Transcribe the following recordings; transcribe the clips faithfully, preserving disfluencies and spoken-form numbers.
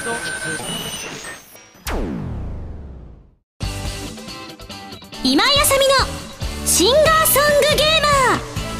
今井あさみのシンガーソングゲーマ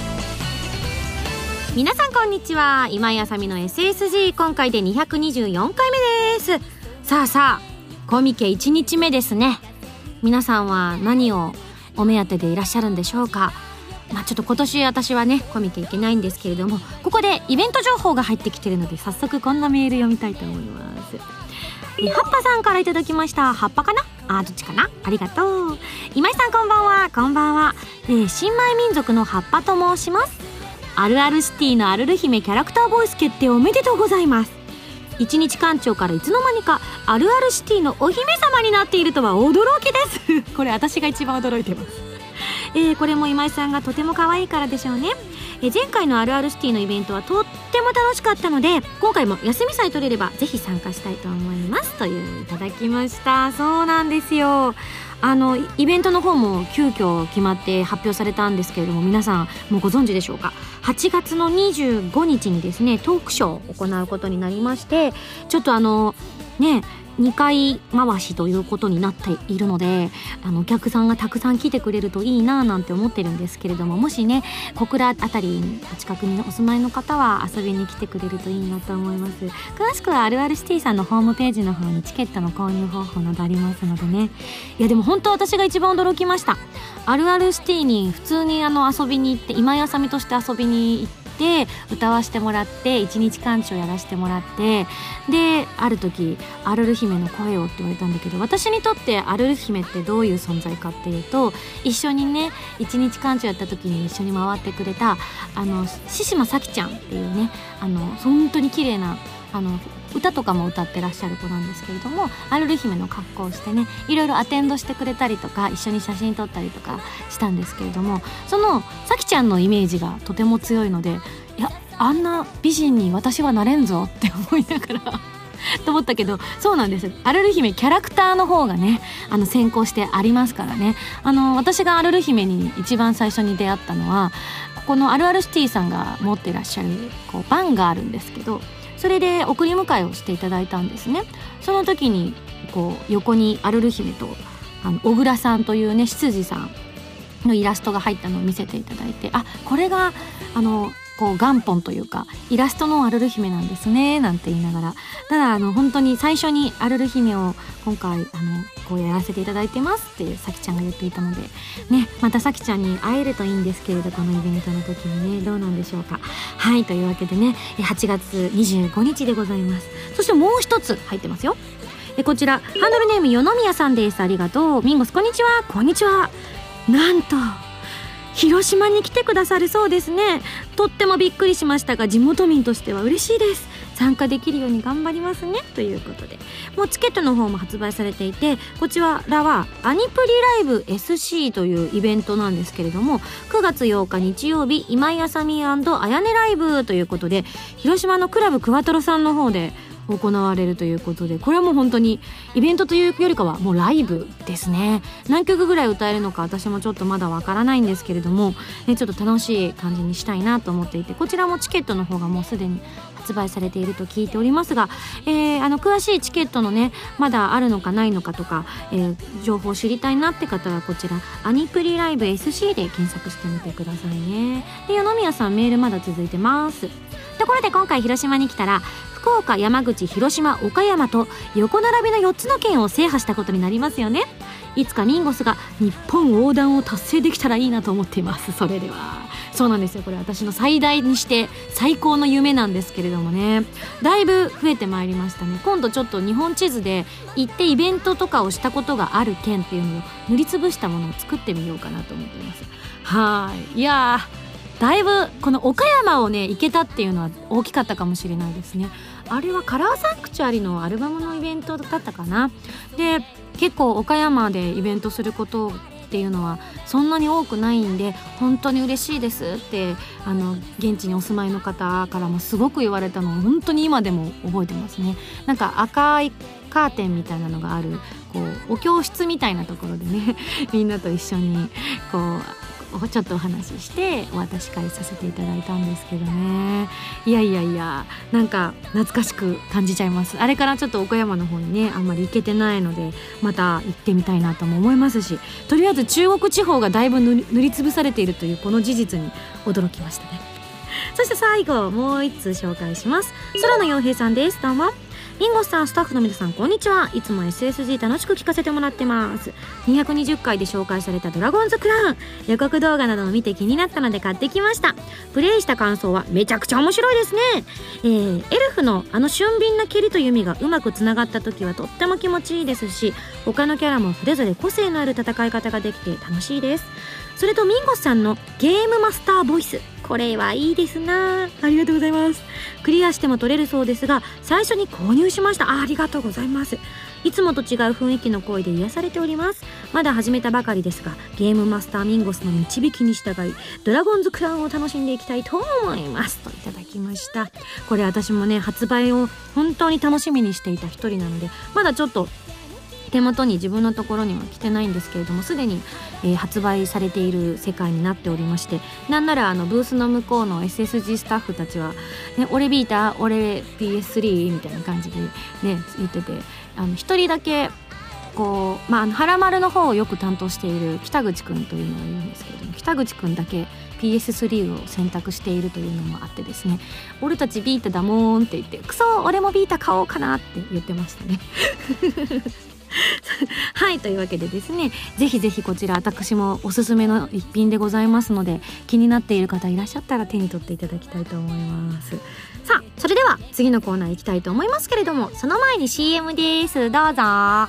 ー。皆さんこんにちは。今井あさみの エスエスジー 今回でにひゃくにじゅうよんかいめです。さあさあコミケいちにちめですね。皆さんは何をお目当てでいらっしゃるんでしょうか。まあちょっと今年私はねコミケ行けないんですけれども、ここでイベント情報が入ってきてるので早速こんなメール読みたいと思います。えはっぱさんからいただきました。はっぱかなあ、どっちかな、ありがとう。今井さんこんばんは。こんばんは、えー、新米民族のはっぱと申します。あるあるシティのあるる姫キャラクターボイス決定おめでとうございます。一日館長からいつの間にかあるあるシティのお姫様になっているとは驚きですこれ私が一番驚いてます。えー、これも今井さんがとても可愛いからでしょうね。えー、前回のあるあるシティのイベントはとっても楽しかったので、今回も休みさえ取れればぜひ参加したいと思いますといういただきました。そうなんですよ。あのイベントの方も急遽決まって発表されたんですけれども、皆さんもうご存知でしょうか。はちがつのにじゅうごにちにですねトークショーを行うことになりまして、ちょっとあのねにかい回しということになっているので、あのお客さんがたくさん来てくれるといいななんて思ってるんですけれども、もしね小倉あたりお近くにお住まいの方は遊びに来てくれるといいなと思います。詳しくはあるあるシティさんのホームページの方にチケットの購入方法などありますのでね。いやでも本当私が一番驚きました。あるあるシティに普通にあの遊びに行って、今井あさみとして遊びに行ってで歌わせてもらって、一日館長やらせてもらって、である時あるる姫の声をって言われたんだけど、私にとってあるる姫ってどういう存在かっていうと、一緒にね一日館長やった時に一緒に回ってくれたあの獅島咲ちゃんっていうね、あの本当に綺麗なあの歌とかも歌ってらっしゃる子なんですけれども、あるる姫の格好をしてねいろいろアテンドしてくれたりとか、一緒に写真撮ったりとかしたんですけれども、そのさきちゃんのイメージがとても強いので、いやあんな美人に私はなれんぞって思いながらと思ったけど、そうなんです。あるる姫キャラクターの方がねあの先行してありますからね。あの私があるる姫に一番最初に出会ったのは、ここのあるあるシティさんが持ってらっしゃるこうバンがあるんですけど、それで送り迎えをしていただいたんですね。その時にこう横にあるる姫とあの小倉さんというね執事さんのイラストが入ったのを見せていただいて、あこれがあのこう元本というかイラストのあるる姫なんですねなんて言いながら、ただあの本当に最初にあるる姫を今回あのこうやらせていただいてますってさきちゃんが言っていたのでね、またさきちゃんに会えるといいんですけれど、このイベントの時にねどうなんでしょうか。はい、というわけでねはちがつにじゅうごにちでございます。そしてもう一つ入ってますよ。えこちらハンドルネームよのみやさんです。ありがとう。ミンゴスこんにちは。こんにちは。なんと広島に来てくださるそうですね。とってもびっくりしましたが、地元民としては嬉しいです。参加できるように頑張りますねということで、もうチケットの方も発売されていて、こちらはアニプリライブ エスシー というイベントなんですけれども、くがつようか日曜日今井あさみ&あやねライブということで、広島のクラブクワトロさんの方で行われるということで、これはもう本当にイベントというよりかはもうライブですね。何曲ぐらい歌えるのか私もちょっとまだわからないんですけれども、ね、ちょっと楽しい感じにしたいなと思っていて、こちらもチケットの方がもうすでに発売されていると聞いておりますが、えー、あの詳しいチケットのねまだあるのかないのかとか、えー、情報を知りたいなって方はこちらアニプリライブ エスシー で検索してみてくださいね。で与野宮さんメールまだ続いてます。ところで今回広島に来たら福岡、山口、広島、岡山と横並びのよっつの県を制覇したことになりますよね。いつかミンゴスが日本横断を達成できたらいいなと思っています。それではそうなんですよ。これ私の最大にして最高の夢なんですけれどもね、だいぶ増えてまいりましたね。今度ちょっと日本地図で行ってイベントとかをしたことがある県っていうのを塗りつぶしたものを作ってみようかなと思っています。はい、いやーだいぶこの岡山をね行けたっていうのは大きかったかもしれないですね。あれはカラーサンクチュアリのアルバムのイベントだったかな。で結構岡山でイベントすることっていうのはそんなに多くないんで本当に嬉しいですってあの現地にお住まいの方からもすごく言われたのを本当に今でも覚えてますね。なんか赤いカーテンみたいなのがあるこうお教室みたいなところでねみんなと一緒にこうちょっとお話ししてお渡し会させていただいたんですけどね。いやいやいや、なんか懐かしく感じちゃいます。あれからちょっと岡山の方にねあんまり行けてないので、また行ってみたいなとも思いますし、とりあえず中国地方がだいぶ塗り、塗りつぶされているというこの事実に驚きましたね。そして最後もう一通紹介します。空野洋平さんです。どうもミンゴスさん、スタッフの皆さん、こんにちは。いつも エスエスジー 楽しく聞かせてもらってます。にひゃくにじゅっかいで紹介されたドラゴンズクラウン、予告動画などを見て気になったので買ってきました。プレイした感想はめちゃくちゃ面白いですね。えー、エルフのあの俊敏な蹴りと弓がうまくつながった時はとっても気持ちいいですし、他のキャラもそれぞれ個性のある戦い方ができて楽しいです。それとミンゴスさんのゲームマスターボイス、これはいいですな。ありがとうございます。クリアしても取れるそうですが、最初に購入しました。 あ, ありがとうございます。いつもと違う雰囲気の声で癒されております。まだ始めたばかりですが、ゲームマスターミンゴスの導きに従いドラゴンズクラウンを楽しんでいきたいと思いますといただきました。これ私もね発売を本当に楽しみにしていた一人なので、まだちょっと手元に自分のところには来てないんですけれども、すでに、えー、発売されている世界になっておりまして、なんならあのブースの向こうの エスエスジー スタッフたちは、ね、俺ビータ俺 ピーエススリー みたいな感じで、ね、言ってて、あの一人だけこう、まあ、あのはらまるの方をよく担当している北口くんというのがいるんですけれども、北口くんだけ ピーエススリー を選択しているというのもあってですね、俺たちビータだもんって言って、クソ俺もビータ買おうかなって言ってましたねはい、というわけでですね、ぜひぜひこちら私もおすすめの一品でございますので、気になっている方いらっしゃったら手に取っていただきたいと思います。さあ、それでは次のコーナー行きたいと思いますけれども、その前に シーエム です。どうぞ。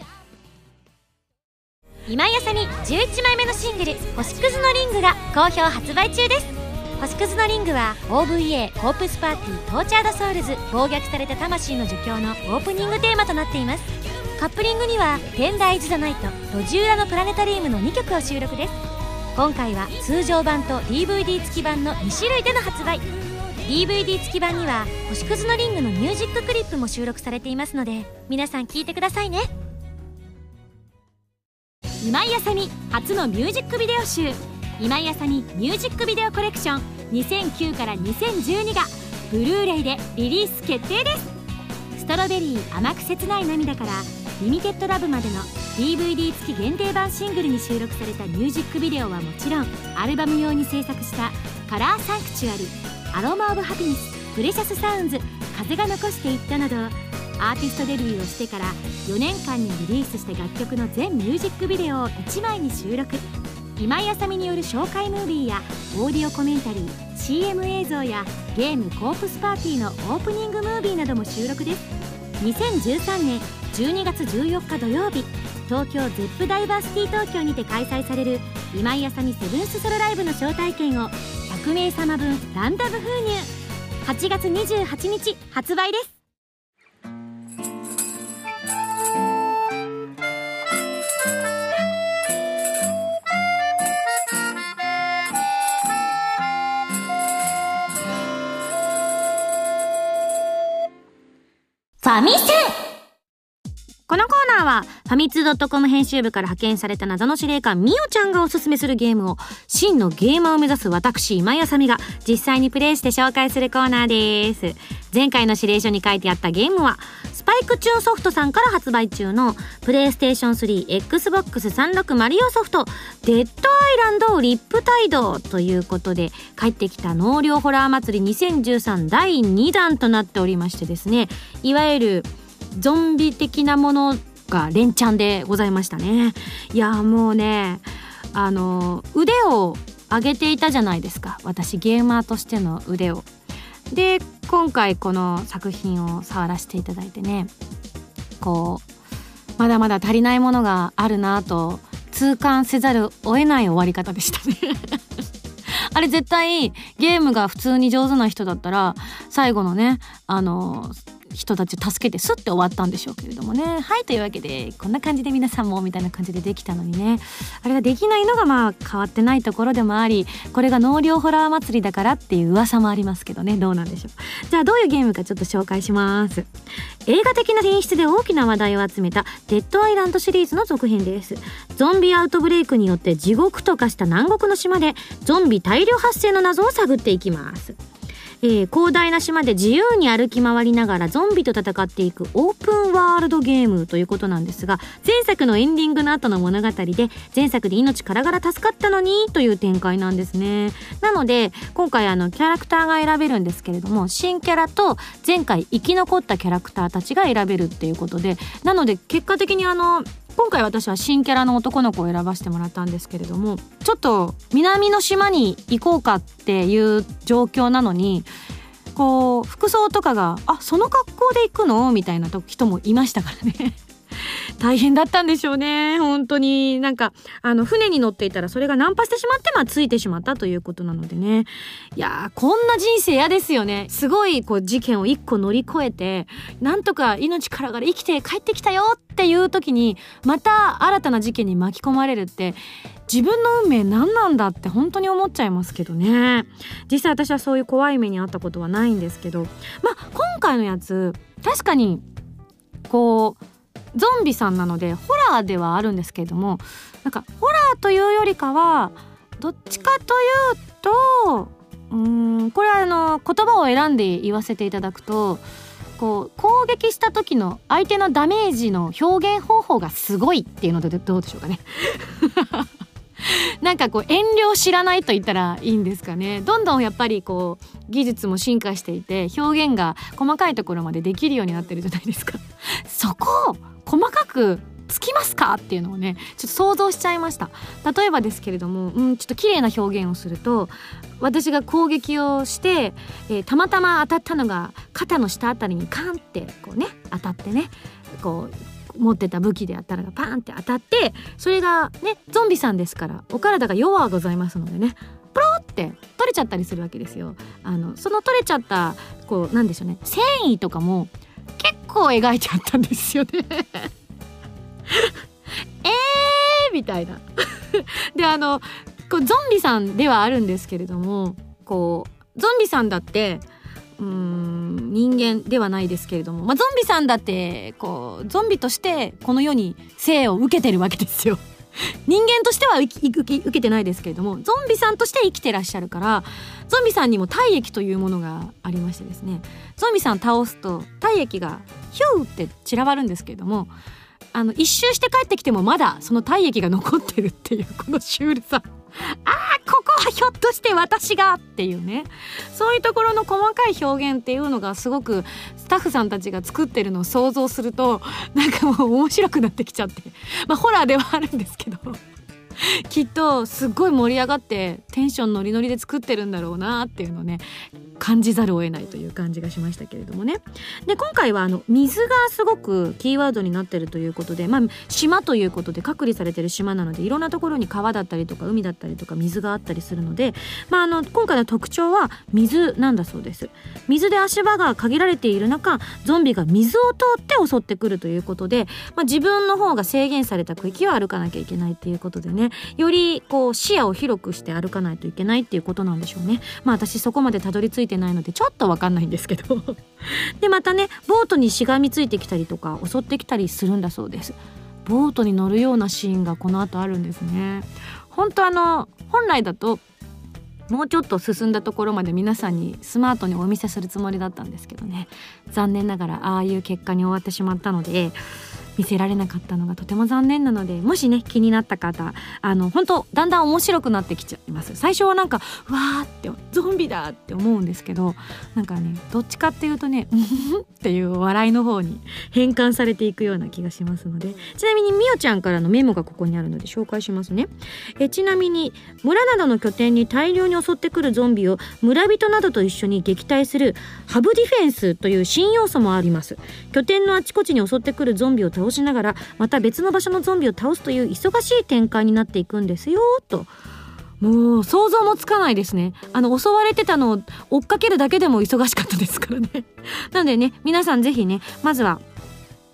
今井あさみじゅういちまいめのシングル星屑のリングが好評発売中です。星屑のリングは オーブイエー コープスパーティートーチャードソウルズ暴虐された魂の儒教のオープニングテーマとなっています。カップリングにはテンダーイズザナイト、路地裏のプラネタリウムのにきょくを収録です。今回は通常版と ディーブイディー 付き版のにしゅるいでの発売。 ディーブイディー 付き版には星屑のリングのミュージッククリップも収録されていますので、皆さん聴いてくださいね。今井あさみ初のミュージックビデオ集、今井あさみミュージックビデオコレクションにせんきゅうからにせんじゅうにがブルーレイでリリース決定です。ストロベリー甘く切ない涙からリミテッドラブまでの ディーブイディー 付き限定版シングルに収録されたミュージックビデオはもちろん、アルバム用に制作したカラーサンクチュアリ、アロマオブハピネス、プレシャスサウンズ、風が残していったなど、アーティストデビューをしてからよねんかんにリリースした楽曲の全ミュージックビデオをいちまいに収録。今井あさみによる紹介ムービーやオーディオコメンタリー、 シーエム 映像やゲームコープスパーティーのオープニングムービーなども収録です。にせんじゅうさんねんじゅうにがつじゅうよっか土曜日、東京 ゼップ ダイバーシティ東京にて開催される今井あさみセブンスソロライブの招待券をひゃくめいさまぶんランダム封入。はちがつにじゅうはちにち発売です。ファミセン。このコーナーはファミツー .com 編集部から派遣された謎の司令官みおちゃんがおすすめするゲームを真のゲーマーを目指す私今井あさみが実際にプレイして紹介するコーナーです。前回の指令書に書いてあったゲームはスパイクチューンソフトさんから発売中のプレイステーションスリー、Xbox さんじゅうろくマリオソフトデッドアイランドリップタイドということで、帰ってきた納涼ホラー祭りにせんじゅうさんだいにだんとなっておりましてですね、いわゆるゾンビ的なものが連チャンでございましたね。いやもうね、あの腕を上げていたじゃないですか、私ゲーマーとしての腕を。で今回この作品を触らせていただいてね、こうまだまだ足りないものがあるなと痛感せざるを得ない終わり方でしたねあれ絶対ゲームが普通に上手な人だったら最後のね、あの人たちを助けてスッて終わったんでしょうけれどもね。はい、というわけでこんな感じで皆さんもみたいな感じでできたのにね、あれができないのがまあ変わってないところでもあり、これが納涼ホラー祭りだからっていう噂もありますけどね、どうなんでしょう。じゃあどういうゲームかちょっと紹介します。 映画的な演出で大きな話題を集めたデッドアイランドシリーズの続編です。ゾンビアウトブレイクによって地獄と化した南国の島でゾンビ大量発生の謎を探っていきます。えー、広大な島で自由に歩き回りながらゾンビと戦っていくオープンワールドゲームということなんですが、前作のエンディングの後の物語で前作で命からがら助かったのにという展開なんですね。なので今回あのキャラクターが選べるんですけれども、新キャラと前回生き残ったキャラクターたちが選べるっていうことで、なので結果的にあの今回私は新キャラの男の子を選ばせてもらったんですけれども、ちょっと南の島に行こうかっていう状況なのに、こう服装とかがあその格好で行くのみたいな人もいましたからね大変だったんでしょうね。本当になんかあの船に乗っていたらそれがナンパしてしまって、まあついてしまったということなのでね。いやーこんな人生嫌ですよね。すごいこう事件を一個乗り越えてなんとか命からがら生きて帰ってきたよっていう時にまた新たな事件に巻き込まれるって、自分の運命何なんだって本当に思っちゃいますけどね。実際私はそういう怖い目に遭ったことはないんですけど、まあ今回のやつ確かにこうゾンビさんなのでホラーではあるんですけれども、なんかホラーというよりかはどっちかというとうーんこれはあの言葉を選んで言わせていただくと、こう攻撃した時の相手のダメージの表現方法がすごいっていうのでどうでしょうかねなんかこう遠慮知らないと言ったらいいんですかね。どんどんやっぱりこう技術も進化していて表現が細かいところまでできるようになってるじゃないですか。そこを細かくつきますかっていうのをねちょっと想像しちゃいました。例えばですけれども、うん、ちょっと綺麗な表現をすると、私が攻撃をして、えー、たまたま当たったのが肩の下あたりにカンってこうね当たってね、こう持ってた武器であったらパーンって当たって、それがねゾンビさんですからお体が弱ございますのでね、プロって取れちゃったりするわけですよ。あのその取れちゃったこうなんでしょうね、繊維とかも結構描いちゃったんですよねえーみたいなであのこうゾンビさんではあるんですけれども、こうゾンビさんだってうーん人間ではないですけれども、まあ、ゾンビさんだってこうゾンビとしてこの世に生を受けてるわけですよ。人間としては受け、受け、受けてないですけれども、ゾンビさんとして生きてらっしゃるから、ゾンビさんにも体液というものがありましてですね、ゾンビさん倒すと体液がヒューって散らばるんですけれども、あの一周して帰ってきてもまだその体液が残ってるっていうこのシュールさあーここはひょっとして私がっていうね、そういうところの細かい表現っていうのがすごくスタッフさんたちが作ってるのを想像するとなんかもう面白くなってきちゃって、まあホラーではあるんですけどきっとすっごい盛り上がってテンションノリノリで作ってるんだろうなっていうのをね感じざるを得ないという感じがしましたけれどもね。で今回はあの水がすごくキーワードになってるということで、まあ島ということで隔離されてる島なのでいろんなところに川だったりとか海だったりとか水があったりするので、まああの今回の特徴は水なんだそうです。水で足場が限られている中、ゾンビが水を通って襲ってくるということで、まあ、自分の方が制限された区域を歩かなきゃいけないっていうことでね、よりこう視野を広くして歩かないといけないっていうことなんでしょうね。まあ私そこまでたどり着いてないのでちょっとわかんないんですけどでまたねボートにしがみついてきたりとか襲ってきたりするんだそうです。ボートに乗るようなシーンがこの後あるんですね。本当あの本来だともうちょっと進んだところまで皆さんにスマートにお見せするつもりだったんですけどね、残念ながらああいう結果に終わってしまったので見せられなかったのがとても残念なので、もしね気になった方、あの本当だんだん面白くなってきちゃいます。最初はなんかうわーってゾンビだって思うんですけど、なんかねどっちかっていうとねうんっていう笑いの方に変換されていくような気がしますので、ちなみにみおちゃんからのメモがここにあるので紹介しますね。えちなみに村などの拠点に大量に襲ってくるゾンビを村人などと一緒に撃退するハブディフェンスという新要素もあります。拠点のあちこちに襲ってくるゾンビを倒しながらまた別の場所のゾンビを倒すという忙しい展開になっていくんですよと。もう想像もつかないですね。あの襲われてたのを追っかけるだけでも忙しかったですからねなのでね皆さんぜひねまずは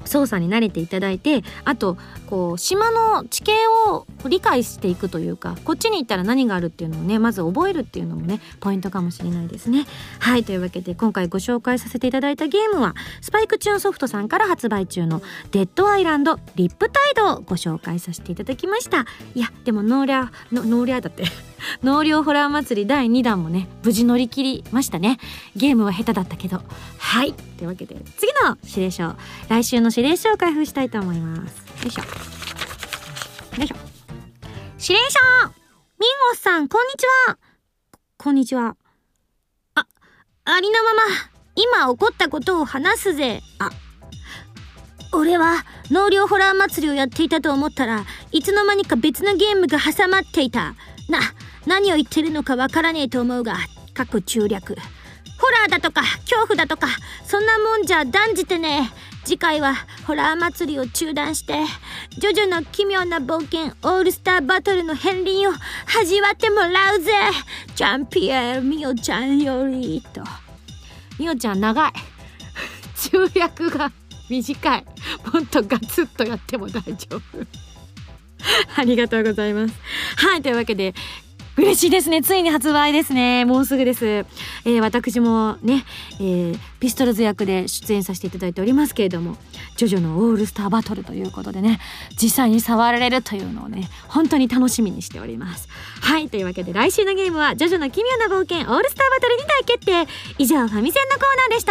操作に慣れていただいて、あとこう島の地形を理解していくというか、こっちに行ったら何があるっていうのをねまず覚えるっていうのもねポイントかもしれないですね。はい、というわけで今回ご紹介させていただいたゲームはスパイクチューンソフトさんから発売中のデッドアイランドリップタイドをご紹介させていただきました。いやでもノーリャノノーリャだって納涼ホラー祭りだいにだんもね無事乗り切りましたね。ゲームは下手だったけど。はい、というわけで次の指令書、来週の指令書を開封したいと思います。よいしょよいしょ。指令書、ミンゴスさんこんにちは。こんにちは。あ、ありのまま今起こったことを話すぜ。あ、俺は納涼ホラー祭りをやっていたと思ったらいつの間にか別のゲームが挟まっていた。な、何を言ってるのかわからねえと思うが、かっこ中略。ホラーだとか恐怖だとかそんなもんじゃ断じてね。次回はホラー祭りを中断してジョジョの奇妙な冒険オールスターバトルの片鱗を味わってもらうぜ。ジャンピエールミオちゃんよりと。ミオちゃん長い中略が短い。もっとガツッとやっても大丈夫ありがとうございます。はい、というわけで嬉しいですね。ついに発売ですね。もうすぐです。えー、私もね、えー、ピストルズ役で出演させていただいておりますけれども、ジョジョのオールスターバトルということでね、実際に触られるというのをね本当に楽しみにしております。はい、というわけで来週のゲームはジョジョの奇妙な冒険オールスターバトルに大決定。以上ファミセンのコーナーでした。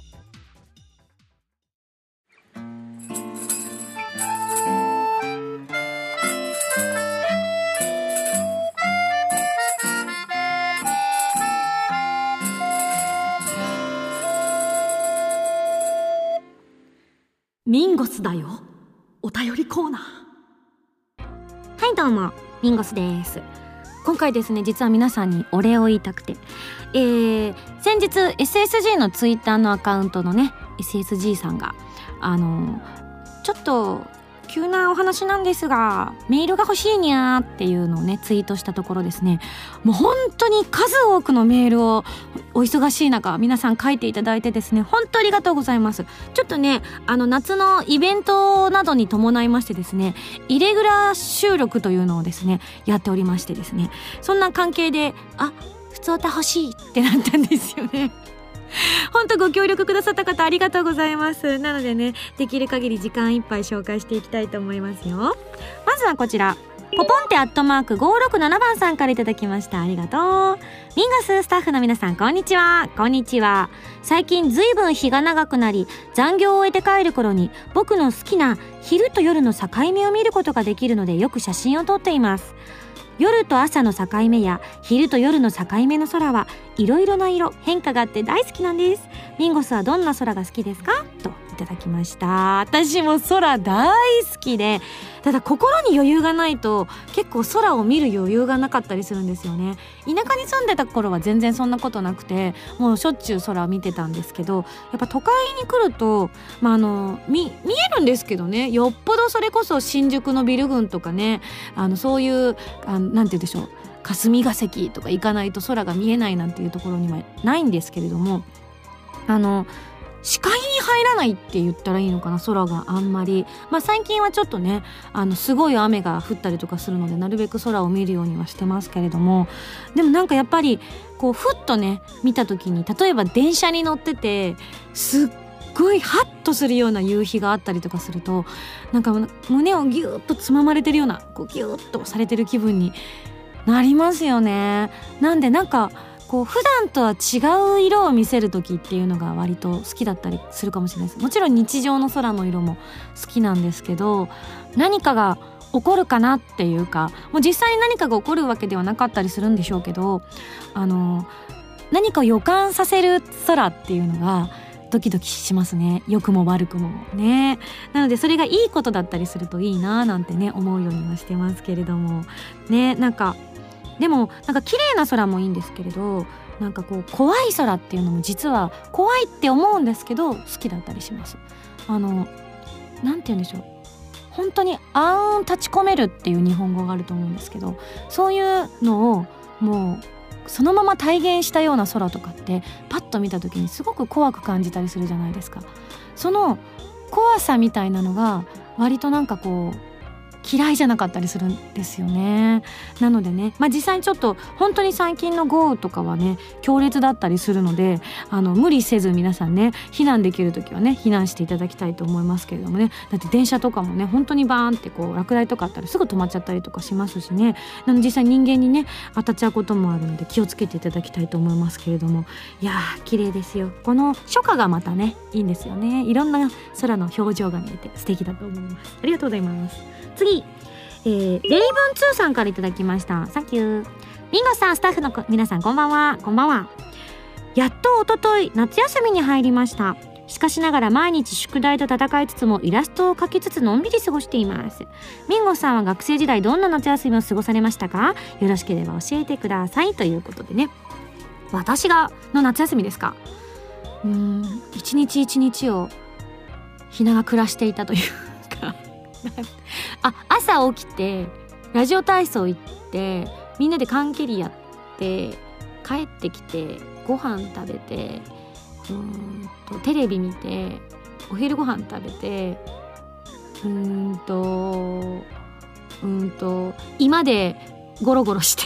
ミンゴスだよ、お便りコーナー。はいどうも、ミンゴスです。今回ですね、実は皆さんにお礼を言いたくて、えー、先日 エスエスジー のツイッターのアカウントのね エスエスジー さんがあのちょっと急なお話なんですがメールが欲しいにゃーっていうのをねツイートしたところですね、もう本当に数多くのメールをお忙しい中皆さん書いていただいてですね、本当ありがとうございます。ちょっとねあの夏のイベントなどに伴いましてですね、イレギュラー収録というのをですねやっておりましてですね、そんな関係であ普通歌欲しいってなったんですよね本当ご協力くださった方ありがとうございます。なのでねできる限り時間いっぱい紹介していきたいと思いますよ。まずはこちらポポンテアットマークごーろくななばんさんからいただきました。ありがとう。ミンガススタッフの皆さんこんにちは。こんにちは。最近ずいぶん日が長くなり残業を終えて帰る頃に僕の好きな昼と夜の境目を見ることができるのでよく写真を撮っています。夜と朝の境目や昼と夜の境目の空はいろいろな色変化があって大好きなんです。ミンゴスはどんな空が好きですかといただきました。私も空大好きで、ただ心に余裕がないと結構空を見る余裕がなかったりするんですよね。田舎に住んでた頃は全然そんなことなくてもうしょっちゅう空を見てたんですけど、やっぱ都会に来ると、まあ、あの見、見えるんですけどね、よっぽどそれこそ新宿のビル群とかね、あのそういうあのなんて言うんでしょう、霞が関とか行かないと空が見えないなんていうところにはないんですけれども、あの視界に入らないって言ったらいいのかな、空があんまり、まあ、最近はちょっとねあのすごい雨が降ったりとかするのでなるべく空を見るようにはしてますけれども、でもなんかやっぱりこうふっとね見た時に、例えば電車に乗っててすっごいハッとするような夕日があったりとかすると、なんか胸をギューッとつままれてるような、こうギューッとされてる気分になりますよね。なんでなんかこう普段とは違う色を見せる時っていうのが割と好きだったりするかもしれないです。もちろん日常の空の色も好きなんですけど、何かが起こるかなっていうか、もう実際に何かが起こるわけではなかったりするんでしょうけど、あの何かを予感させる空っていうのがドキドキしますね。良くも悪くもね。なのでそれがいいことだったりするといいななんてね思うようにはしてますけれどもね。なんかでもなんか綺麗な空もいいんですけれど、なんかこう怖い空っていうのも実は怖いって思うんですけど好きだったりします。あのなんて言うんでしょう、本当に暗雲立ち込めるっていう日本語があると思うんですけど、そういうのをもうそのまま体現したような空とかってパッと見た時にすごく怖く感じたりするじゃないですか。その怖さみたいなのが割となんかこう嫌いじゃなかったりするんですよね。なのでね、まあ、実際にちょっと本当に最近の豪雨とかはね強烈だったりするので、あの無理せず皆さんね避難できるときはね避難していただきたいと思いますけれどもね。だって電車とかもね本当にバーンってこう落雷とかあったらすぐ止まっちゃったりとかしますしね。なので実際人間にね当たっちゃうこともあるので気をつけていただきたいと思いますけれども、いやー綺麗ですよ。この初夏がまたねいいんですよね。いろんな空の表情が見えて素敵だと思います。ありがとうございます。次、えー、レイブンツーさんからいただきました。サンキュー。ミンゴさん、スタッフの皆さんこんばんは。こんばんは。やっとおととい夏休みに入りました。しかしながら毎日宿題と戦いつつもイラストを描きつつのんびり過ごしています。ミンゴさんは学生時代どんな夏休みを過ごされましたか？よろしければ教えてくださいということでね。私がの夏休みですか。うーん一日一日をひなが暮らしていたというかあ、朝起きてラジオ体操行ってみんなで缶蹴りやって帰ってきてご飯食べてうーんとテレビ見てお昼ご飯食べてうーんとうーんと居間でゴロゴロして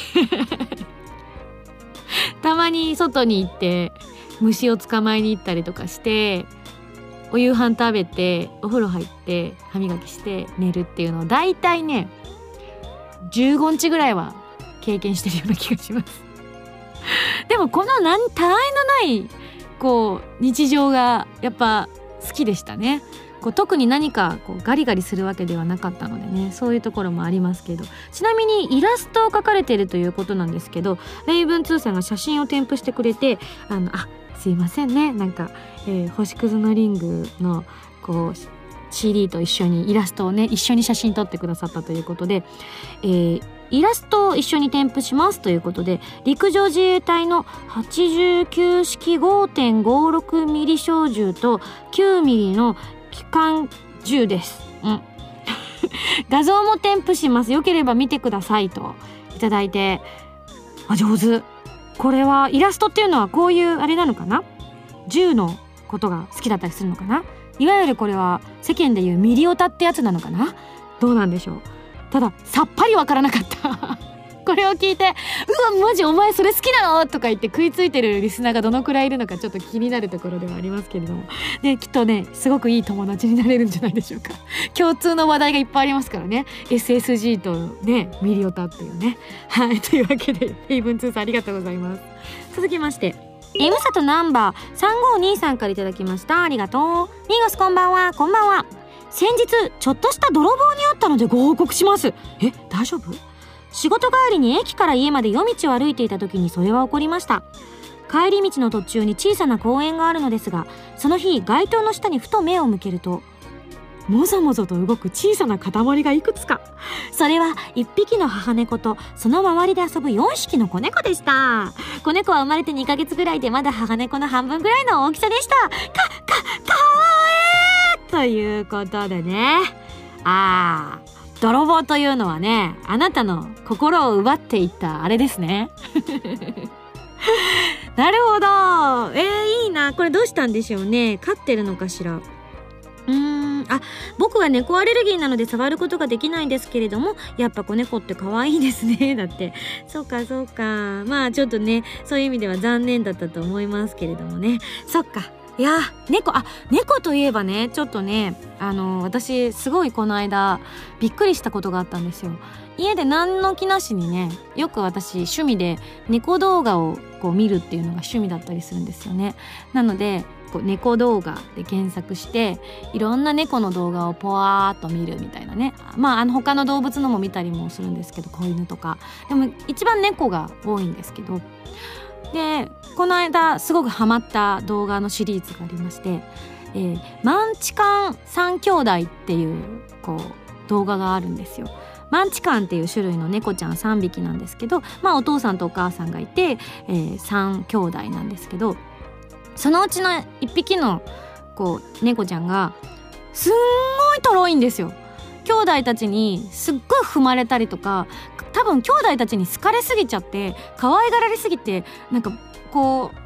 たまに外に行って虫を捕まえに行ったりとかしてお夕飯食べてお風呂入って歯磨きして寝るっていうのをだいたいねじゅうごにちぐらいは経験してるような気がしますでもこのなんたわいのないこう日常がやっぱ好きでしたね。こう特に何かこうガリガリするわけではなかったのでね、そういうところもありますけど、ちなみにイラストを描かれているということなんですけど、レイブンツーさんが写真を添付してくれて、あのあすいませんね、なんか、えー、星屑のリングのこう シーディー と一緒にイラストをね一緒に写真撮ってくださったということで、えー、イラストを一緒に添付しますということで、陸上自衛隊のはちじゅうきゅうしき ごてんごろくミリ小銃ときゅうミリの機関銃です、うん、画像も添付します、よければ見てくださいといただいて、あ上手。これはイラストっていうのはこういうあれなのかな、銃のことが好きだったりするのかな、いわゆるこれは世間でいうミリオタってやつなのかな、どうなんでしょう。たださっぱりわからなかったこれを聞いて、うわマジお前それ好きなのとか言って食いついてるリスナーがどのくらいいるのかちょっと気になるところではありますけれども、できっとねすごくいい友達になれるんじゃないでしょうか。共通の話題がいっぱいありますからね、 エスエスジー とねミリオタっていうね。はいというわけでレイブンツーさんありがとうございます。続きましてえむさとナンバーさんごにさんからいただきました。ありがとう。ミンゴスこんばんは。こんばんは。先日ちょっとした泥棒にあったのでご報告します。え大丈夫？仕事帰りに駅から家まで夜道を歩いていた時にそれは起こりました。帰り道の途中に小さな公園があるのですが、その日街灯の下にふと目を向けると、もぞもぞと動く小さな塊がいくつか。それはいっぴきの母猫とその周りで遊ぶよんひきの子猫でした。子猫は生まれてにかげつぐらいでまだ母猫の半分ぐらいの大きさでした。か、か、かわいいということでね、あー泥棒というのはね、あなたの心を奪っていったあれですねなるほど。えー、いいな。これどうしたんでしょうね。飼ってるのかしら。うーんあ僕は猫アレルギーなので触ることができないんですけれども、やっぱ子猫って可愛いですね。だってそうかそうか、まあちょっとねそういう意味では残念だったと思いますけれどもね。そっか。いや猫あ猫といえばね、ちょっとねあの私すごいこの間びっくりしたことがあったんですよ。家で何の気なしにね、よく私趣味で猫動画をこう見るっていうのが趣味だったりするんですよね。なのでこう猫動画で検索していろんな猫の動画をポワーっと見るみたいなね。まああの他の動物のも見たりもするんですけど、子犬とかでも一番猫が多いんですけど、でこの間すごくハマった動画のシリーズがありまして、えー、マンチカン三兄弟っていうこう動画があるんですよ。マンチカンっていう種類の猫ちゃんさんびきなんですけど、まあお父さんとお母さんがいて、えー、さん兄弟なんですけど、そのうちのいっぴきのこう猫ちゃんがすんごいとろいんですよ。兄弟たちにすっごい踏まれたりとか、多分兄弟たちに好かれすぎちゃって可愛がられすぎて、なんかこう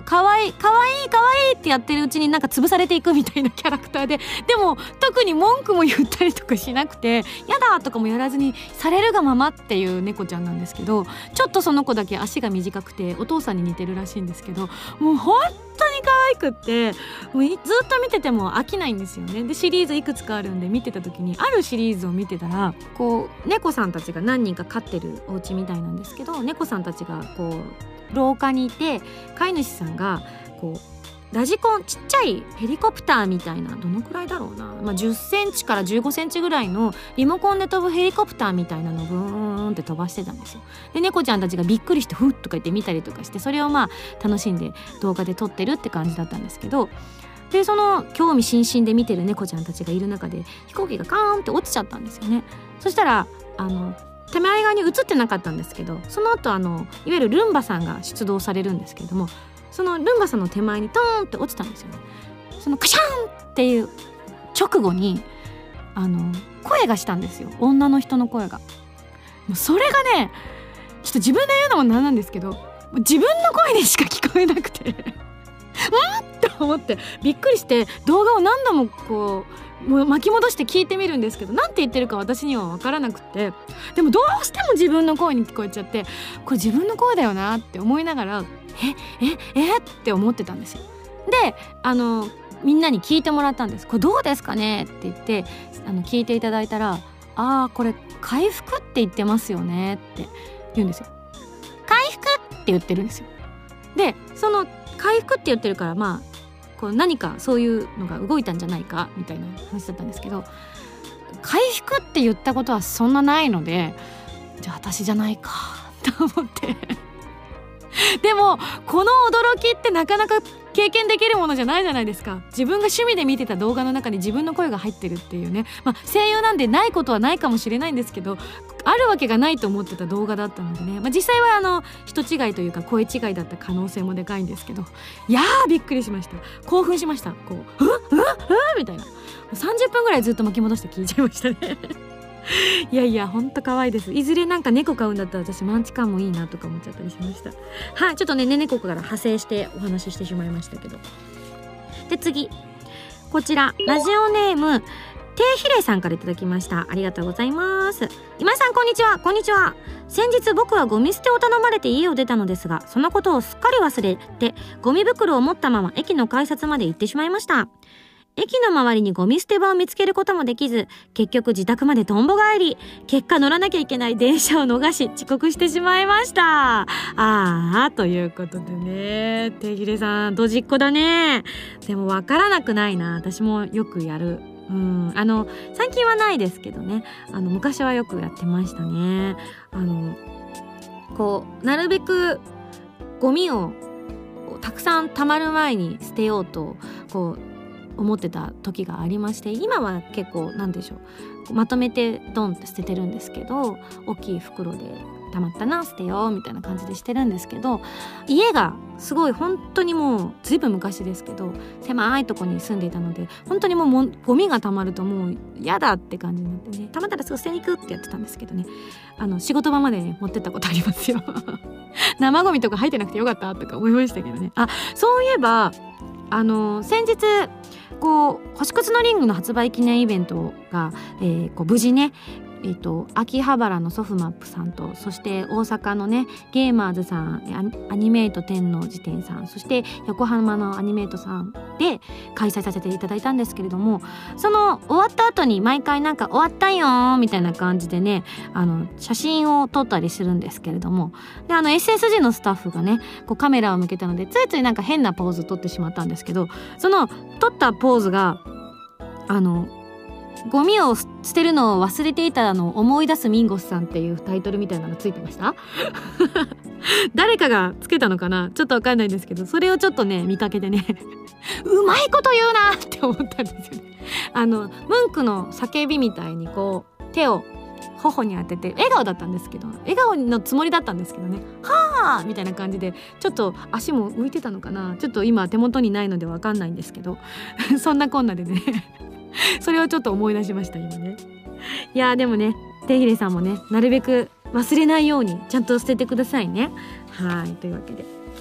かわいいかわいいかわいいってやってるうちになんか潰されていくみたいなキャラクターで、でも特に文句も言ったりとかしなくて、やだとかもやらずにされるがままっていう猫ちゃんなんですけど、ちょっとその子だけ足が短くてお父さんに似てるらしいんですけど、もう本当に可愛くって、もうずっと見てても飽きないんですよね。でシリーズいくつかあるんで、見てた時にあるシリーズを見てたら、こう猫さんたちが何人か飼ってるお家みたいなんですけど、猫さんたちがこう廊下にいて、飼い主さんがこうラジコン、ちっちゃいヘリコプターみたいな、どのくらいだろうな、まあ、じゅっセンチからじゅうごセンチぐらいのリモコンで飛ぶヘリコプターみたいなのをブーンって飛ばしてたんですよ。で猫ちゃんたちがびっくりしてふっとか言って見たりとかして、それをまあ楽しんで動画で撮ってるって感じだったんですけど、でその興味津々で見てる猫ちゃんたちがいる中で飛行機がカーンって落ちちゃったんですよね。そしたらあの手前側に映ってなかったんですけど、その後あのいわゆるルンバさんが出動されるんですけれども、そのルンバさんの手前にトーンって落ちたんですよね。そのカシャンっていう直後にあの声がしたんですよ、女の人の声が。もうそれがね、ちょっと自分で言うのもなんなんですけど、自分の声にしか聞こえなくてうんと思ってびっくりして、動画を何度もこうもう巻き戻して聞いてみるんですけど、なんて言ってるか私には分からなくて、でもどうしても自分の声に聞こえちゃって、これ自分の声だよなって思いながら、えええって思ってたんですよ。であのみんなに聞いてもらったんです。これどうですかねって言ってあの聞いていただいたら、あーこれ回復って言ってますよねって言うんですよ。回復って言ってるんですよ。でその回復って言ってるから、まあこう何かそういうのが動いたんじゃないかみたいな話だったんですけど、回復って言ったことはそんなないので、じゃあ私じゃないかと思ってでもこの驚きってなかなか経験できるものじゃないじゃないですか。自分が趣味で見てた動画の中に自分の声が入ってるっていうね、まあ声優なんでないことはないかもしれないんですけど、あるわけがないと思ってた動画だったのでね、まあ、実際はあの人違いというか声違いだった可能性もでかいんですけど、いやーびっくりしました。興奮しました。こううわうわうわみたいな、さんじゅっぷんぐらいずっと巻き戻して聞いちゃいましたねいやいやほんと可愛いです。いずれなんか猫飼うんだったら私マンチカンもいいなとか思っちゃったりしました。はい、ちょっとねね猫から派生してお話ししてしまいましたけど、で次こちらラジオネームていひれさんからいただきました。ありがとうございます。今井さんこんにちは。こんにちは。先日僕はゴミ捨てを頼まれて家を出たのですが、そのことをすっかり忘れてゴミ袋を持ったまま駅の改札まで行ってしまいました。駅の周りにゴミ捨て場を見つけることもできず、結局自宅までとんぼ帰り、結果乗らなきゃいけない電車を逃し遅刻してしまいました。あーということでね、てひれさんドジっ子だね。でもわからなくないな。私もよくやる。うんあの最近はないですけどね、あの昔はよくやってましたね。あのこうなるべくゴミをたくさん溜まる前に捨てようとこう思ってた時がありまして、今は結構なんでしょう、まとめてドンって捨ててるんですけど、大きい袋で溜まったな捨てようみたいな感じでしてるんですけど、家がすごい本当にもうずいぶん昔ですけど狭いとこに住んでいたので、本当にもうもゴミが溜まるともう嫌だって感じになってね、溜まったらすぐ捨てに行くってやってたんですけどね、あの仕事場まで、ね、持ってったことありますよ生ゴミとか入ってなくてよかったとか思いましたけどね。あ、そういえばあの先日こう星屑のリングの発売記念イベントが、えー、こう無事ね、えー、と秋葉原のソフマップさんと、そして大阪のねゲーマーズさん、アニメイト天王寺店さん、そして横浜のアニメイトさんで開催させていただいたんですけれども、その終わった後に毎回なんか終わったよみたいな感じでね、あの写真を撮ったりするんですけれども、であの エスエスジー のスタッフがねこうカメラを向けたのでついついなんか変なポーズ撮ってしまったんですけど、その撮ったポーズがあのゴミを捨てるのを忘れていたのを思い出すミンゴスさんっていうタイトルみたいなのついてました誰かがつけたのかな、ちょっとわかんないんですけど、それをちょっとね見かけてねうまいこと言うなって思ったんですよね。あのムンクの叫びみたいにこう手を頬に当てて笑顔だったんですけど、笑顔のつもりだったんですけどね、はーみたいな感じでちょっと足も浮いてたのかな、ちょっと今手元にないのでわかんないんですけどそんなこんなでねそれをちょっと思い出しました今ね。いやでもねてひれさんもねなるべく忘れないようにちゃんと捨ててくださいね。はいというわけで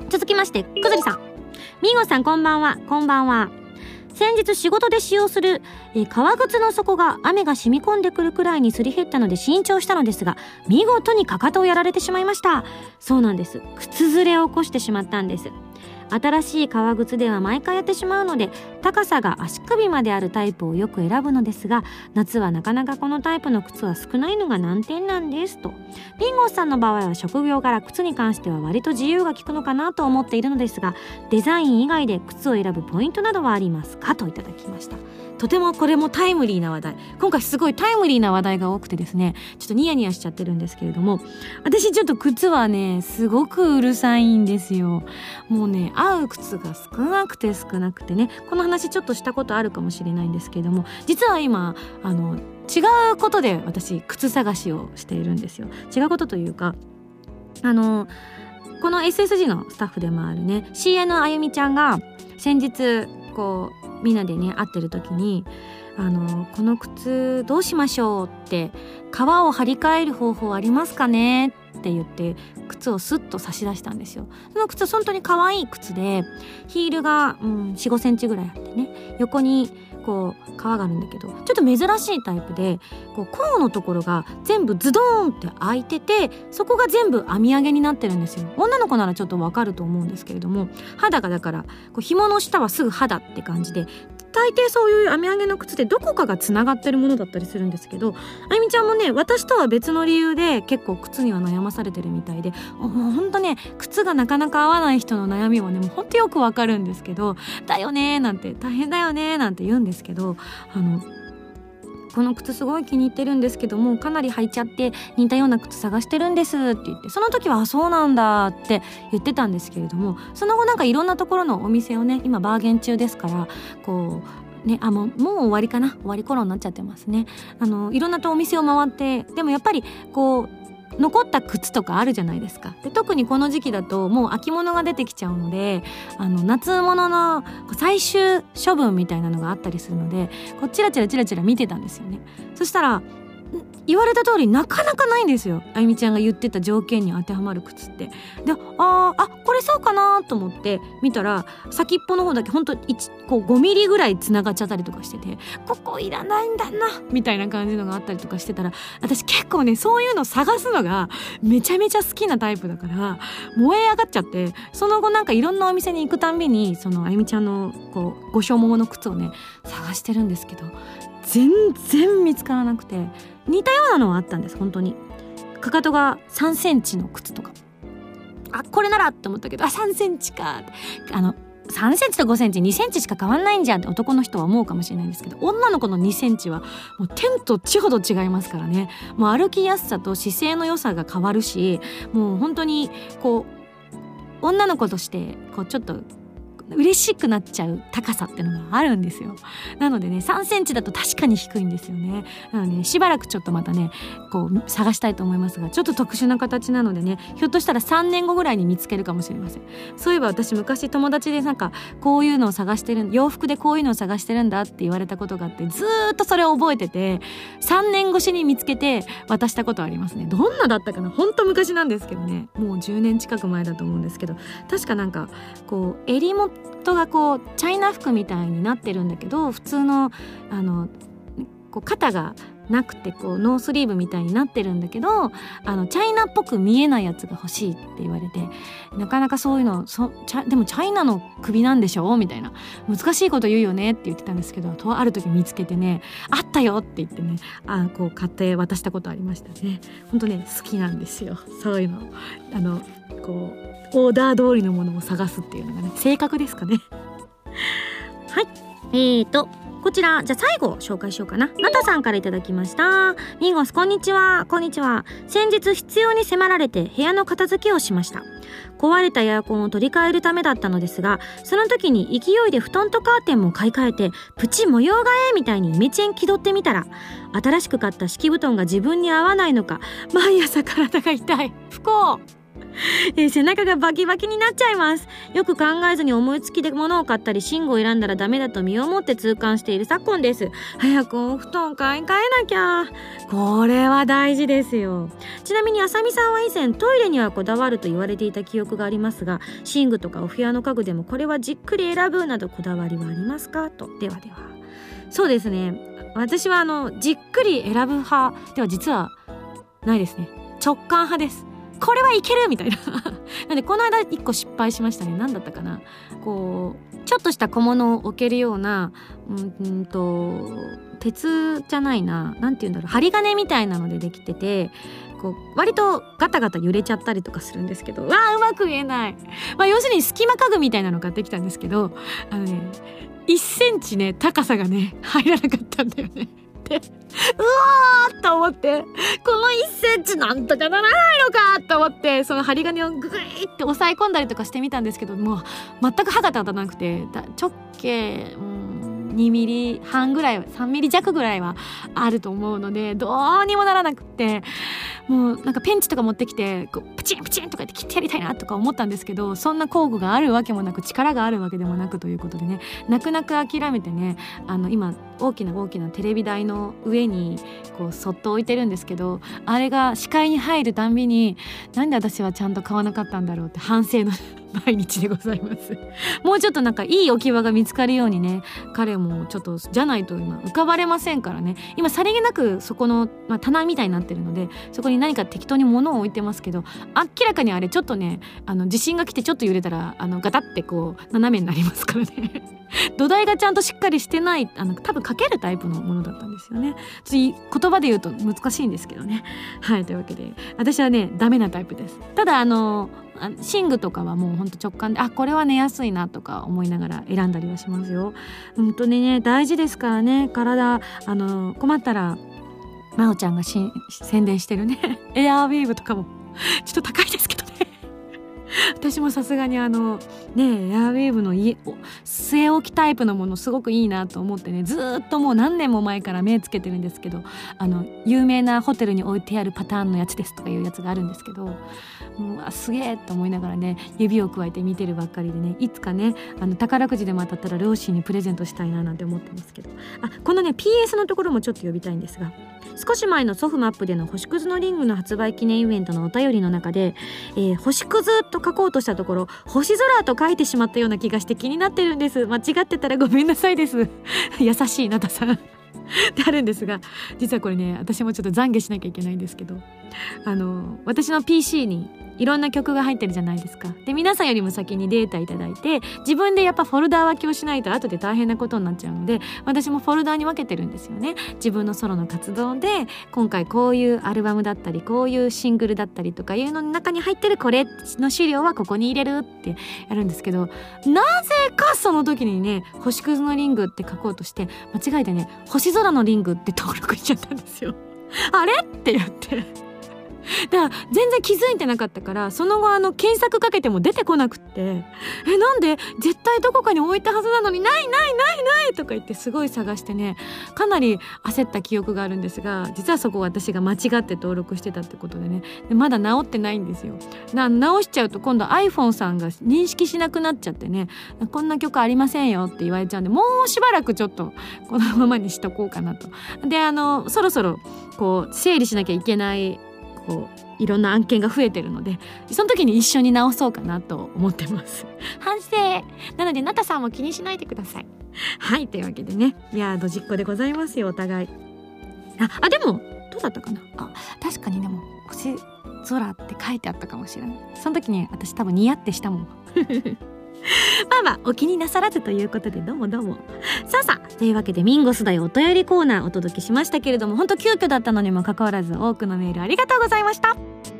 続きましてくずりさん、みごさんこんばんは。こんばんは。先日仕事で使用する、えー、革靴の底が雨が染み込んでくるくらいにすり減ったので新調したのですが、見事にかかとをやられてしまいました。そうなんです。靴ずれを起こしてしまったんです。新しい革靴では毎回やってしまうので、高さが足首まであるタイプをよく選ぶのですが、夏はなかなかこのタイプの靴は少ないのが難点なんですと。ビンゴスさんの場合は職業柄靴に関しては割と自由が利くのかなと思っているのですが、デザイン以外で靴を選ぶポイントなどはありますかといただきました。とてもこれもタイムリーな話題、今回すごいタイムリーな話題が多くてですね、ちょっとニヤニヤしちゃってるんですけれども、私ちょっと靴はねすごくうるさいんですよ。もうね合う靴が少なくて少なくてね、この話ちょっとしたことあるかもしれないんですけれども、実は今あの違うことで私靴探しをしているんですよ。違うことというか、あのこの エスエスジー のスタッフでもあるね シーエー のあゆみちゃんが先日こうみんなでね会ってる時に、あのこの靴どうしましょうって、革を張り替える方法ありますかねって言って靴をスッと差し出したんですよ。その靴は本当に可愛い靴で、ヒールが、うん、よん、ごセンチぐらいあってね、横にこう革があるんだけど、ちょっと珍しいタイプで、こう甲のところが全部ズドーンって開いてて、そこが全部編み上げになってるんですよ。女の子ならちょっとわかると思うんですけれども、肌がだからこう紐の下はすぐ肌って感じで、大抵そういう編み上げの靴でどこかがつながってるものだったりするんですけど、あゆみちゃんもね私とは別の理由で結構靴には悩まされてるみたいで、もうほんとね靴がなかなか合わない人の悩みはねもうほんとよくわかるんですけど、だよねーなんて、大変だよねーなんて言うんですけど、あのこの靴すごい気に入ってるんですけどもかなり履いちゃって似たような靴探してるんですって言って、その時はあそうなんだって言ってたんですけれども、その後なんかいろんなところのお店をね、今バーゲン中ですからこうね、あもう、もう終わりかな、終わり頃になっちゃってますね。あのいろんなとお店を回って、でもやっぱりこう残った靴とかあるじゃないですか。で特にこの時期だともう秋物が出てきちゃうので、あの夏物の最終処分みたいなのがあったりするので、こうチラチラチラチラ見てたんですよね。そしたら言われた通りなかなかないんですよ。あゆみちゃんが言ってた条件に当てはまる靴って。で、ああこれそうかなと思って見たら、先っぽの方だけほんとこうごミリぐらいつながっちゃったりとかしてて、ここいらないんだなみたいな感じのがあったりとかしてたら、私結構ねそういうの探すのがめちゃめちゃ好きなタイプだから燃え上がっちゃって、その後なんかいろんなお店に行くたんびにそのあゆみちゃんのこうご所望の靴をね探してるんですけど、全然見つからなくて、似たようなのはあったんです。本当にかかとがさんセンチの靴とか、あこれならって思ったけど、あさんセンチかって、あのさんセンチとごセンチにセンチしか変わんないんじゃんって男の人は思うかもしれないんですけど、女の子のにセンチはもう天と地ほど違いますからね。もう歩きやすさと姿勢の良さが変わるし、もう本当にこう女の子としてこうちょっと嬉しくなっちゃう高さっていうのがあるんですよ。なのでねさんセンチだと確かに低いんですよね。なので、ね、しばらくちょっとまたねこう探したいと思いますが、ちょっと特殊な形なのでね、ひょっとしたらさんねんごぐらいに見つけるかもしれません。そういえば私昔友達でなんかこういうのを探してる、洋服でこういうのを探してるんだって言われたことがあって、ずーっとそれを覚えててさんねん越しに見つけて渡したことありますね。どんなだったかな、ほんと昔なんですけどね、もうじゅうねん近く前だと思うんですけど、確かなんかこう襟元がこうチャイナ服みたいになってるんだけど、普通のあのこう肩がなくてこうノースリーブみたいになってるんだけど、あのチャイナっぽく見えないやつが欲しいって言われて、なかなかそういうのそチャでもチャイナの首なんでしょみたいな難しいこと言うよねって言ってたんですけど、とある時見つけてね、あったよって言ってね、あこう買って渡したことありましたね。本当ね好きなんですよ、そういうの。あのこうオーダー通りのものを探すっていうのがね性格ですかね。はい、えーとこちらじゃあ最後紹介しようかな。なたさんからいただきました。ミンゴスこんにちは。こんにちは。先日必要に迫られて部屋の片付けをしました。壊れたエアコンを取り替えるためだったのですが、その時に勢いで布団とカーテンも買い替えてプチ模様替えみたいにイメチェン気取ってみたら、新しく買った敷布団が自分に合わないのか毎朝体が痛い、不幸えー、背中がバキバキになっちゃいます。よく考えずに思いつきで物を買ったり寝具を選んだらダメだと身をもって痛感している昨今です。早くお布団買い替えなきゃ。これは大事ですよ。ちなみにあさみさんは以前トイレにはこだわると言われていた記憶がありますが、寝具とかお部屋の家具でもこれはじっくり選ぶなどこだわりはありますかと。ではでは。そうですね、私はあのじっくり選ぶ派では実はないですね。直感派です。これはいけるみたいななんでこの間一個失敗しましたね。何だったかな、こうちょっとした小物を置けるようなうんうんと鉄じゃないな、なんていうんだろう、針金みたいなのでできてて、こう割とガタガタ揺れちゃったりとかするんですけど、わあうまく言えない、まあ、要するに隙間家具みたいなの買ってきたんですけど、あのねいっセンチね高さがね入らなかったんだよね。でうわーと思って、このいっセンチなんとかならないのかと思って、その針金をグイって押さえ込んだりとかしてみたんですけど、もう全く歯が立たなくて、直径、うん、にミリはんぐらい、さんミリ弱ぐらいはあると思うので、どうにもならなくて、もうなんかペンチとか持ってきてこうプチンプチンとか言って切ってやりたいなとか思ったんですけど、そんな工具があるわけもなく力があるわけでもなくということでね、泣く泣く諦めてね、あの今大きな大きなテレビ台の上にこうそっと置いてるんですけど、あれが視界に入るたんびになんで私はちゃんと買わなかったんだろうって反省の毎日でございます。もうちょっとなんかいい置き場が見つかるようにね、彼もちょっとじゃないと今浮かばれませんからね。今さりげなくそこの、まあ、棚みたいになってるので、そこに何か適当に物を置いてますけど、明らかにあれちょっとね、あの地震が来てちょっと揺れたらあのガタってこう斜めになりますからね土台がちゃんとしっかりしてない、あの多分かけるタイプのものだったんですよね。言葉で言うと難しいんですけどね。はい、というわけで私はねダメなタイプです。ただあの寝具とかはもうほんと直感で、あこれは寝やすいなとか思いながら選んだりはしますよ。本当にね大事ですからね。体あの困ったらまおちゃんがし宣伝してるねエアーウィーヴとかもちょっと高いですけどね私もさすがにあのねエアーウィーヴの家据え置きタイプのものすごくいいなと思ってね、ずっともう何年も前から目つけてるんですけど、あの有名なホテルに置いてあるパターンのやつですとかいうやつがあるんですけど、うわすげえと思いながらね指をくわえて見てるばっかりでね、いつかねあの宝くじでも当たったら両親にプレゼントしたいななんて思ってますけど、あこのね ピーエス のところもちょっと呼びたいんですが、少し前のソフマップでの星屑のリングの発売記念イベントのお便りの中で、えー、星屑と書こうとしたところ星空と書いてしまったような気がして気になってるんです。間違ってたらごめんなさいです優しいなたさんってあるんですが、実はこれね私もちょっと懺悔しなきゃいけないんですけど、あの私の ピーシー にいろんな曲が入ってるじゃないですか。で皆さんよりも先にデータいただいて、自分でやっぱフォルダー分けをしないと後で大変なことになっちゃうので、私もフォルダーに分けてるんですよね。自分のソロの活動で今回こういうアルバムだったりこういうシングルだったりとかいうのの中に入ってるこれの資料はここに入れるってやるんですけど、なぜかその時にね星屑のリングって書こうとして間違えてね星空のリングって登録しちゃったんですよあれってやってだから全然気づいてなかったから、その後あの検索かけても出てこなくって、えなんで絶対どこかに置いたはずなのにないないないないとか言ってすごい探してね、かなり焦った記憶があるんですが、実はそこ私が間違って登録してたってことでね、でまだ直ってないんですよ。な直しちゃうと今度 iPhone さんが認識しなくなっちゃってね、こんな曲ありませんよって言われちゃうんで、もうしばらくちょっとこのままにしとこうかなと。であのそろそろこう整理しなきゃいけないこういろんな案件が増えてるので、その時に一緒に直そうかなと思ってます反省なのでなたさんも気にしないでください。はいというわけでね、いやドジっ子でございますよお互い。ああでもどうだったかな、あ確かにでも星空って書いてあったかもしれない。その時に私多分ニヤってしたもんまあまあお気になさらずということでどうもどうも。さあさあというわけでミンゴス大お便りコーナーお届けしましたけれども、本当急遽だったのにもかかわらず多くのメールありがとうございました。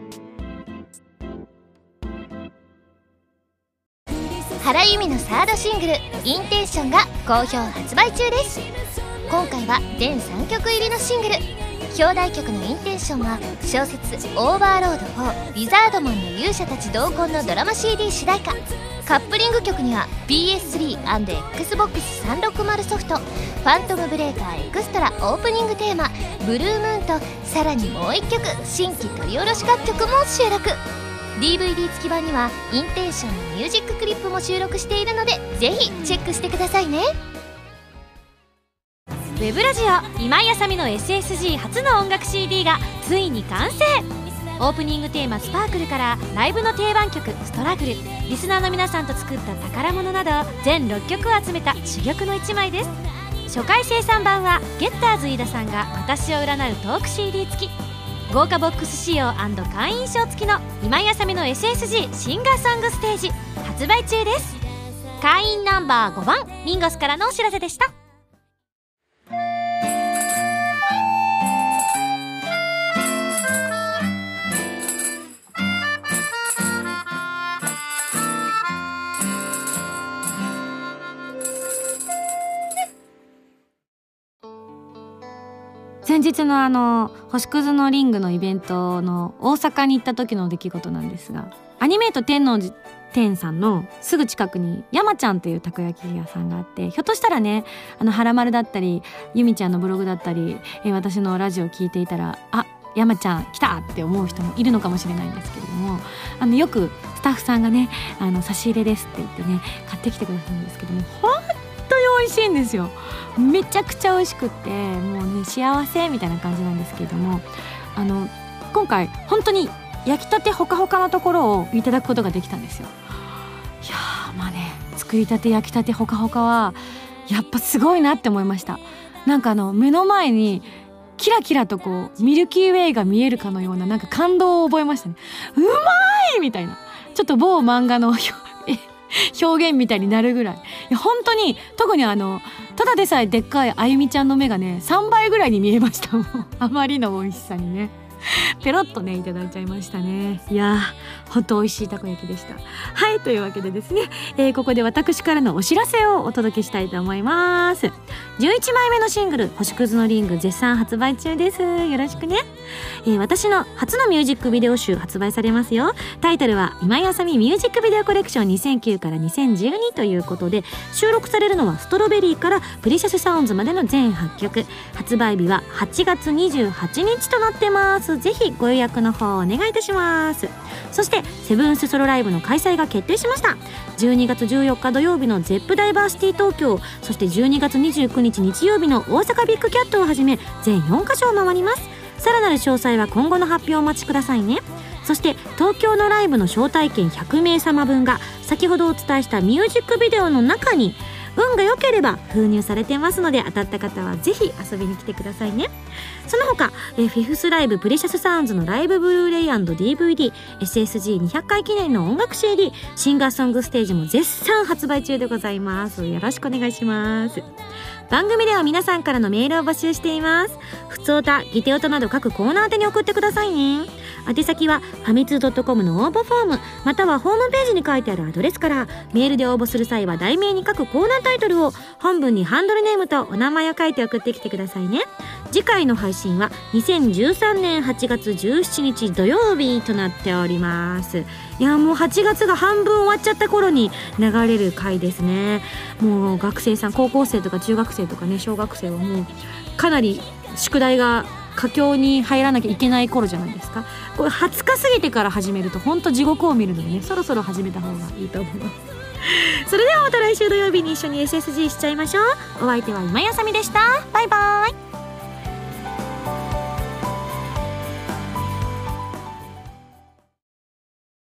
原由美のサードシングル「インテンション」が好評発売中です。今回は全さんきょく入りのシングル。表題曲の「インテンション」は小説「オーバーロードフォー・ウィザードマンの勇者たち同梱」のドラマ シーディー 主題歌。カップリング曲には ピーエススリー アンドエックスボックスさんびゃくろくじゅう ソフト「ファントムブレーカーエクストラ」オープニングテーマ「ブルームーン」とさらにもういっきょく新規取り下ろし楽曲も収録。 ディーブイディー 付き版にはインテンションのミュージッククリップも収録しているので、ぜひチェックしてくださいね。 ウェブラジオ今井あさみの エスエスジー 初の音楽 シーディー がついに完成。オープニングテーマ「スパークル」からライブの定番曲「ストラグル」、リスナーの皆さんと作った宝物など全ろっきょくを集めた珠玉のいちまいです。初回生産版はゲッターズ飯田さんが私を占うトーク シーディー 付き、豪華ボックス仕様&会員証付きの今井あさみの エスエスジー シンガーソングステージ発売中です。会員ナンバーごばん、ミンゴスからのお知らせでした。先日のあの星屑のリングのイベントの大阪に行った時の出来事なんですが、アニメート天王寺店さんのすぐ近くに山ちゃんというたこ焼き屋さんがあって、ひょっとしたらね、あのはらまるだったりゆみちゃんのブログだったり、え私のラジオ聞いていたら、あ、山ちゃん来たって思う人もいるのかもしれないんですけれども、あのよくスタッフさんがね、あの差し入れですって言ってね買ってきてくださるんですけども、本当に美味しいんですよ。めちゃくちゃ美味しくって、もうね幸せみたいな感じなんですけれども、あの今回本当に焼きたてほかほかのところをいただくことができたんですよ。いやー、まあね、作りたて焼きたてほかほかはやっぱすごいなって思いました。なんかあの目の前にキラキラとこうミルキーウェイが見えるかのような、なんか感動を覚えましたね。うまいみたいな、ちょっと某漫画の表現みたいになるぐらい。いや本当に、特にあのただでさえでっかいあゆみちゃんの目がねさんばいぐらいに見えました。もうあまりの美味しさにねペロッとねいただいちゃいましたね。いやー、ほんと美味しいたこ焼きでした。はい、というわけでですね、えー、ここで私からのお知らせをお届けしたいと思います。じゅういちまいめのシングル星屑のリング絶賛発売中です。よろしくね。えー、私の初のミュージックビデオ集発売されますよ。タイトルは今井あさみミュージックビデオコレクションにせんきゅうからにせんじゅうにということで、収録されるのはストロベリーからプリシャスサウンズまでの全はっきょく、発売日ははちがつにじゅうはちにちとなってます。ぜひご予約の方お願いいたします。そしてセブンスソロライブの開催が決定しました。じゅうにがつじゅうよっか土曜日の ゼップ ダイバーシティ東京、そしてじゅうにがつにじゅうくにち日曜日の大阪ビッグキャットをはじめ全よんかしょを回ります。さらなる詳細は今後の発表をお待ちくださいね。そして東京のライブの招待券ひゃくめいさまぶんが先ほどお伝えしたミュージックビデオの中に運が良ければ封入されてますので、当たった方はぜひ遊びに来てくださいね。その他えフィフスライブプレシャスサウンズのライブブルーレイ&ディーブイディー エスエスジーにひゃっかい記念の音楽 シーディー シンガーソングステージも絶賛発売中でございます。よろしくお願いします。番組では皆さんからのメールを募集しています。ふつおた、ギテオタなど各コーナー宛てに送ってくださいね。宛先はファミツー .com の応募フォーム、またはホームページに書いてあるアドレスから。メールで応募する際は題名に各コーナータイトルを、本文にハンドルネームとお名前を書いて送ってきてくださいね。次回の配信はにせんじゅうさんねんはちがつじゅうしちにち土曜日となっております。いやもうはちがつが半分終わっちゃった頃に流れる回ですね。もう学生さん、高校生とか中学生とかね、小学生はもうかなり宿題が佳境に入らなきゃいけない頃じゃないですか。これはつか過ぎてから始めると本当地獄を見るのでね、そろそろ始めた方がいいと思います。それではまた来週土曜日に一緒に エスエスジー しちゃいましょう。お相手は今井あさみでした。バイバイ。